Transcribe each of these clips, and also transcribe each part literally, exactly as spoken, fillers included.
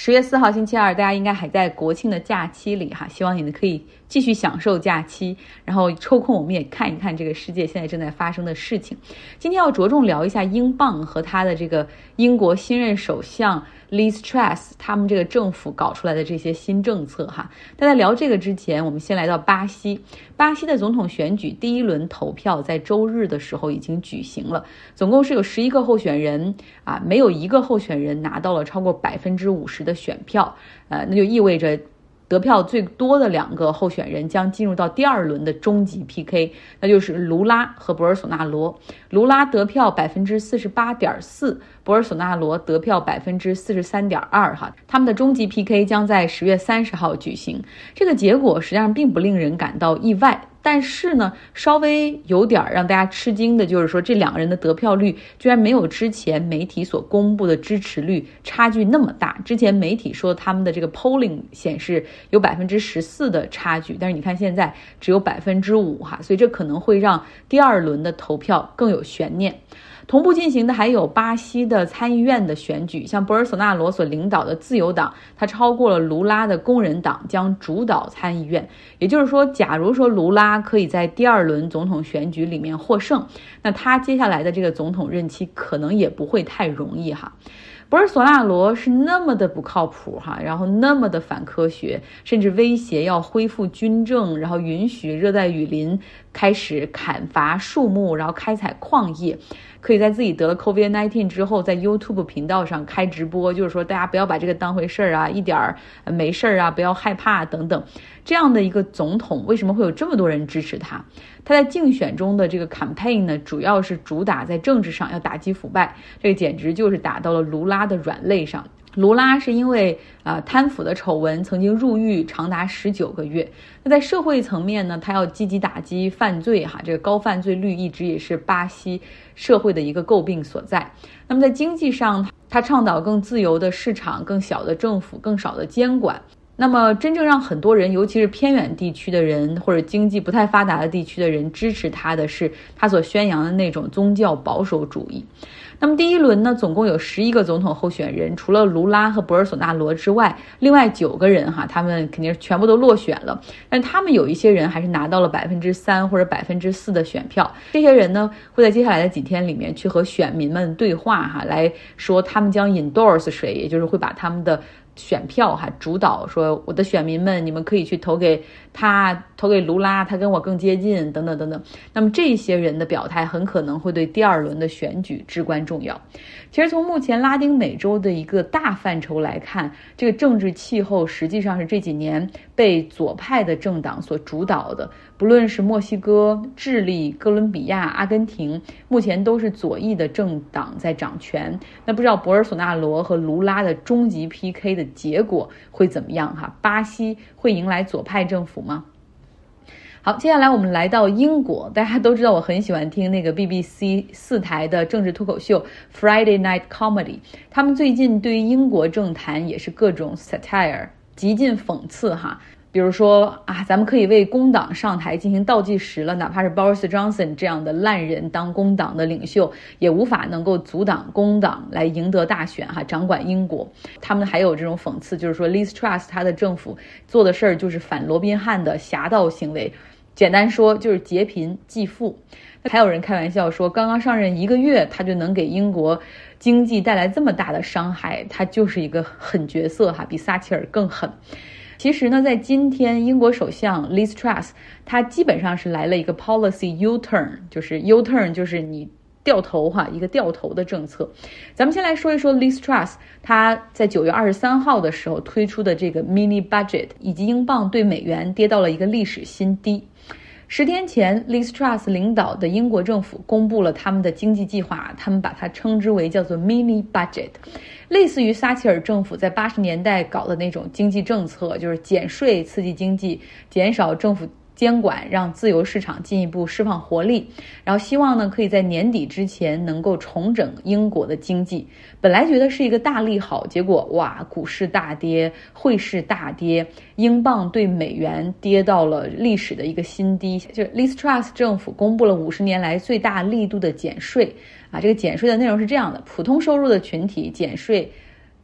十月四号星期二，大家应该还在国庆的假期里哈，希望你们可以继续享受假期，然后抽空我们也看一看这个世界现在正在发生的事情。今天要着重聊一下英镑和他的这个英国新任首相 Liz Truss 他们这个政府搞出来的这些新政策哈。但在聊这个之前，我们先来到巴西。巴西的总统选举第一轮投票在周日的时候已经举行了，总共是有十一个候选人啊，没有一个候选人拿到了超过百分之五十的选票，呃，那就意味着得票最多的两个候选人将进入到第二轮的终极 P K， 那就是卢拉和博尔索纳罗。卢拉得票百分之四十八点四，博尔索纳罗得票百分之四十三点二，哈，他们的终极 P K 将在十月三十号举行。这个结果实际上并不令人感到意外。但是呢，稍微有点让大家吃惊的就是说，这两个人的得票率居然没有之前媒体所公布的支持率差距那么大。之前媒体说他们的这个 polling 显示有百分之十四的差距，但是你看现在只有百分之五哈，所以这可能会让第二轮的投票更有悬念。同步进行的还有巴西的参议院的选举，像博尔索纳罗所领导的自由党，他超过了卢拉的工人党，将主导参议院。也就是说，假如说卢拉可以在第二轮总统选举里面获胜，那他接下来的这个总统任期可能也不会太容易哈。博尔索纳罗是那么的不靠谱哈，然后那么的反科学，甚至威胁要恢复军政，然后允许热带雨林开始砍伐树木，然后开采矿业，可以在自己得了 COVID 十九 之后在 YouTube 频道上开直播，就是说大家不要把这个当回事儿啊，一点儿没事儿啊，不要害怕等等。这样的一个总统为什么会有这么多人支持他？他在竞选中的这个 campaign 呢，主要是主打在政治上要打击腐败，这个简直就是打到了卢拉的软肋上。卢拉是因为啊、呃、贪腐的丑闻曾经入狱长达十九个月。那在社会层面呢，他要积极打击犯罪哈，这个高犯罪率一直也是巴西社会的一个诟病所在。那么在经济上，他倡导更自由的市场、更小的政府、更少的监管。那么真正让很多人，尤其是偏远地区的人或者经济不太发达的地区的人支持他的是他所宣扬的那种宗教保守主义。那么第一轮呢，总共有十一个总统候选人，除了卢拉和博尔索纳罗之外，另外九个人哈，他们肯定是全部都落选了，但他们有一些人还是拿到了百分之三或者百分之四的选票。这些人呢，会在接下来的几天里面去和选民们对话哈，来说他们将 endorse 谁，也就是会把他们的选票哈主导，说我的选民们，你们可以去投给他，投给卢拉，他跟我更接近等等等等。那么这些人的表态很可能会对第二轮的选举至关重要。其实从目前拉丁美洲的一个大范畴来看，这个政治气候实际上是这几年被左派的政党所主导的，不论是墨西哥、智利、哥伦比亚、阿根廷，目前都是左翼的政党在掌权。那不知道博尔索纳罗和卢拉的终极 P K 的结果会怎么样哈？巴西会迎来左派政府吗？好，接下来我们来到英国。大家都知道我很喜欢听那个 B B C 四台的政治脱口秀 Friday Night Comedy， 他们最近对于英国政坛也是各种 satire， 极尽讽刺哈。比如说啊，咱们可以为工党上台进行倒计时了，哪怕是 Boris Johnson 这样的烂人当工党的领袖，也无法能够阻挡工党来赢得大选哈，掌管英国。他们还有这种讽刺，就是说 Liz Truss 他的政府做的事儿就是反罗宾汉的侠盗行为，简单说就是劫贫济富。还有人开玩笑说，刚刚上任一个月，他就能给英国经济带来这么大的伤害，他就是一个狠角色哈，比撒切尔更狠。其实呢，在今天，英国首相 Liz Truss 他基本上是来了一个 policy U-turn， 就是 U-turn 就是你掉头哈，一个掉头的政策。咱们先来说一说 Liz Truss 他在九月二十三号的时候推出的这个 mini budget， 以及英镑对美元跌到了一个历史新低。十天前 Liz Truss 领导的英国政府公布了他们的经济计划，他们把它称之为叫做 mini budget， 类似于撒切尔政府在八十年代搞的那种经济政策，就是减税刺激经济，减少政府监管，让自由市场进一步释放活力，然后希望呢可以在年底之前能够重整英国的经济。本来觉得是一个大利好，结果哇，股市大跌，汇市大跌，英镑对美元跌到了历史的一个新低。就是 Liz Truss 政府公布了五十年来最大力度的减税啊，这个减税的内容是这样的：普通收入的群体减税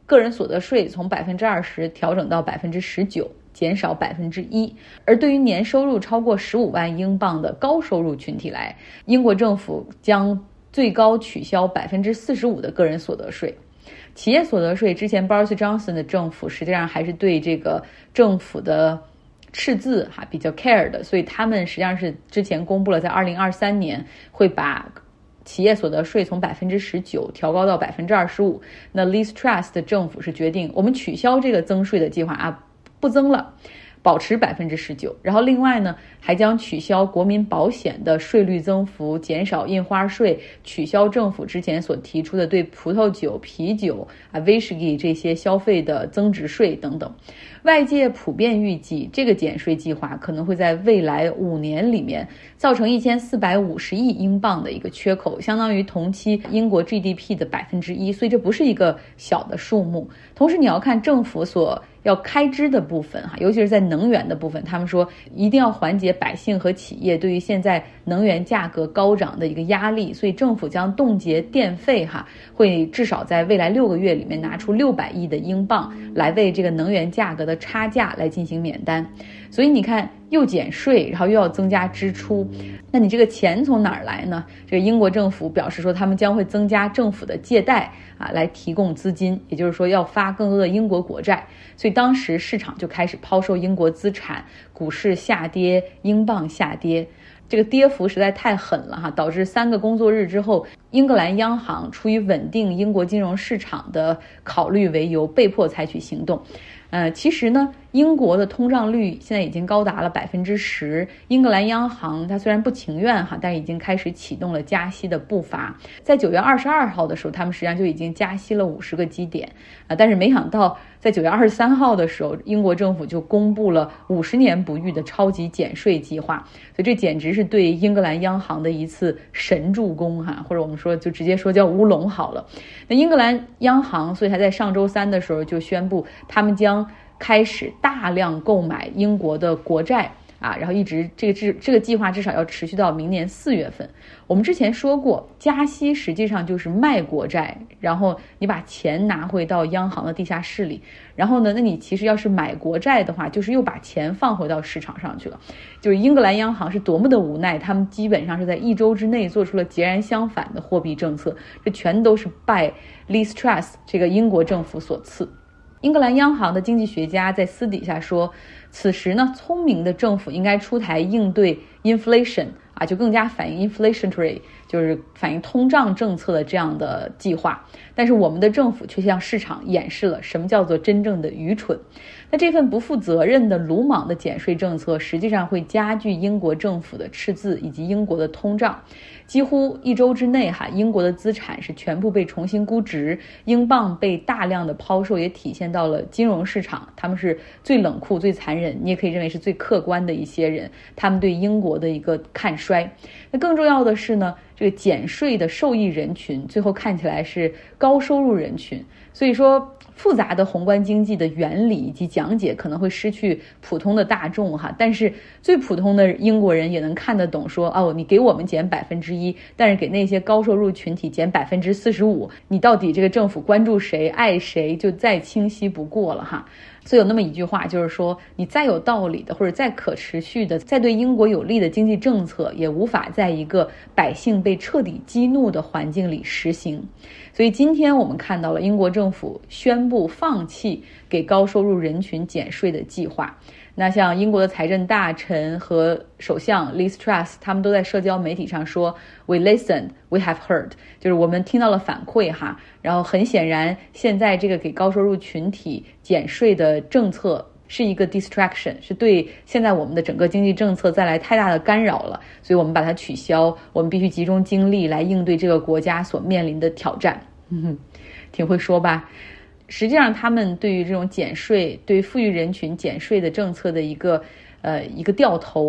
个人所得税从百分之二十调整到百分之十九，减少百分之一。而对于年收入超过十五万英镑的高收入群体来，英国政府将最高取消百分之四十五的个人所得税。企业所得税之前 Boris Johnson 的政府实际上还是对这个政府的赤字哈比较 care 的，所以他们实际上是之前公布了在二零二三年会把企业所得税从百分之十九调高到百分之二十五。那 Liz Truss 的政府是决定我们取消这个增税的计划啊，不增了，保持百分之十九。然后另外呢，还将取消国民保险的税率增幅，减少印花税，取消政府之前所提出的对葡萄酒、啤酒啊、whisky 这些消费的增值税等等。外界普遍预计，这个减税计划可能会在未来五年里面造成一千四百五十亿英镑的一个缺口，相当于同期英国 G D P 的百分之一，所以这不是一个小的数目。同时，你要看政府所要开支的部分哈，尤其是在能源的部分，他们说一定要缓解百姓和企业对于现在能源价格高涨的一个压力，所以政府将冻结电费哈，会至少在未来六个月里面拿出六百亿的英镑来为这个能源价格的差价来进行免单。所以你看，又减税，然后又要增加支出，那你这个钱从哪儿来呢？这个英国政府表示说，他们将会增加政府的借贷啊，来提供资金，也就是说要发更多的英国国债。所以当时市场就开始抛售英国资产，股市下跌，英镑下跌。这个跌幅实在太狠了哈，导致三个工作日之后，英格兰央行出于稳定英国金融市场的考虑为由，被迫采取行动。呃，其实呢，英国的通胀率现在已经高达了百分之十。英格兰央行它虽然不情愿哈，但已经开始启动了加息的步伐。在九月二十二号的时候，他们实际上就已经加息了五十个基点啊、呃，但是没想到在九月二十三号的时候，英国政府就公布了五十年不遇的超级减税计划。所以这简直是对英格兰央行的一次神助攻哈，或者我们说就直接说叫乌龙好了。那英格兰央行所以他在上周三的时候就宣布，他们将开始大量购买英国的国债啊，然后一直这个这这个计划至少要持续到明年四月份。我们之前说过，加息实际上就是卖国债，然后你把钱拿回到央行的地下室里，然后呢，那你其实要是买国债的话，就是又把钱放回到市场上去了。就是英格兰央行是多么的无奈，他们基本上是在一周之内做出了截然相反的货币政策，这全都是拜 Liz Truss 这个英国政府所赐。英格兰央行的经济学家在私底下说，此时呢，聪明的政府应该出台应对 inflation 啊，就更加反映 inflationary， 就是反映通胀政策的这样的计划。但是我们的政府却向市场演示了什么叫做真正的愚蠢。那这份不负责任的鲁莽的减税政策，实际上会加剧英国政府的赤字以及英国的通胀。几乎一周之内哈，英国的资产是全部被重新估值，英镑被大量的抛售，也体现到了金融市场，他们是最冷酷、最残忍，你也可以认为是最客观的一些人，他们对英国的一个看衰。那更重要的是呢，这个减税的受益人群最后看起来是高收入人群，所以说复杂的宏观经济的原理以及讲解可能会失去普通的大众哈，但是最普通的英国人也能看得懂说，哦，你给我们减百分之一，但是给那些高收入群体减百分之四十五，你到底这个政府关注谁爱谁就再清晰不过了哈。所以有那么一句话，就是说你再有道理的或者再可持续的再对英国有利的经济政策，也无法在一个百姓被彻底激怒的环境里实行。所以今天我们看到了英国政府宣布放弃给高收入人群减税的计划。那像英国的财政大臣和首相 Liz Truss 他们都在社交媒体上说 We listened, we have heard， 就是我们听到了反馈哈。然后很显然现在这个给高收入群体减税的政策是一个 distraction， 是对现在我们的整个经济政策带来太大的干扰了，所以我们把它取消，我们必须集中精力来应对这个国家所面临的挑战。嗯，挺会说吧。实际上他们对于这种减税，对富裕人群减税的政策的一个呃一个掉头，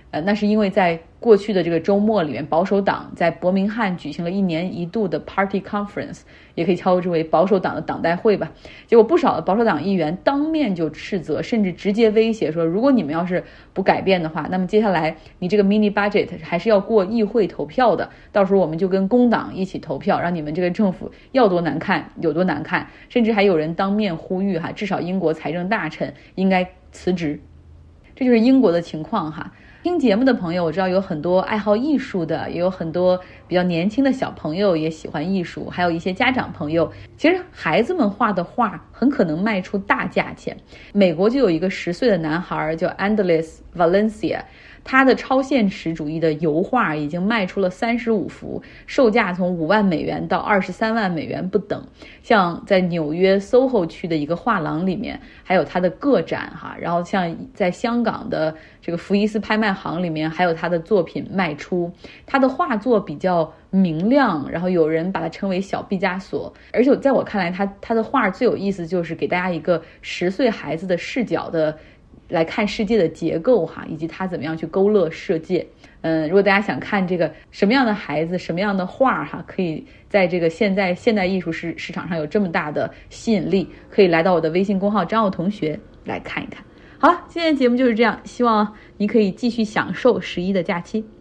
呃，那是因为在过去的这个周末里面，保守党在伯明翰举行了一年一度的 Party Conference， 也可以称之为保守党的党代会吧。结果不少的保守党议员当面就斥责，甚至直接威胁说，如果你们要是不改变的话，那么接下来你这个 mini budget 还是要过议会投票的，到时候我们就跟工党一起投票，让你们这个政府要多难看有多难看。甚至还有人当面呼吁哈，至少英国财政大臣应该辞职。这就是英国的情况哈。听节目的朋友，我知道有很多爱好艺术的，也有很多比较年轻的小朋友也喜欢艺术，还有一些家长朋友。其实孩子们画的画很可能卖出大价钱。美国就有一个十岁的男孩叫 Andres Valencia，他的超现实主义的油画已经卖出了三十五幅，售价从五万美元到二十三万美元不等。像在纽约 S O H O 区的一个画廊里面，还有他的个展哈，然后像在香港的这个福伊斯拍卖行里面，还有他的作品卖出。他的画作比较明亮，然后有人把它称为小毕加索。而且在我看来，他他的画最有意思就是给大家一个十岁孩子的视角的来看世界的结构哈，以及他怎么样去勾勒世界。嗯，如果大家想看这个什么样的孩子什么样的画哈，可以在这个现在现代艺术市市场上有这么大的吸引力，可以来到我的微信公号张奥同学来看一看。好了，今天的节目就是这样，希望你可以继续享受十一的假期。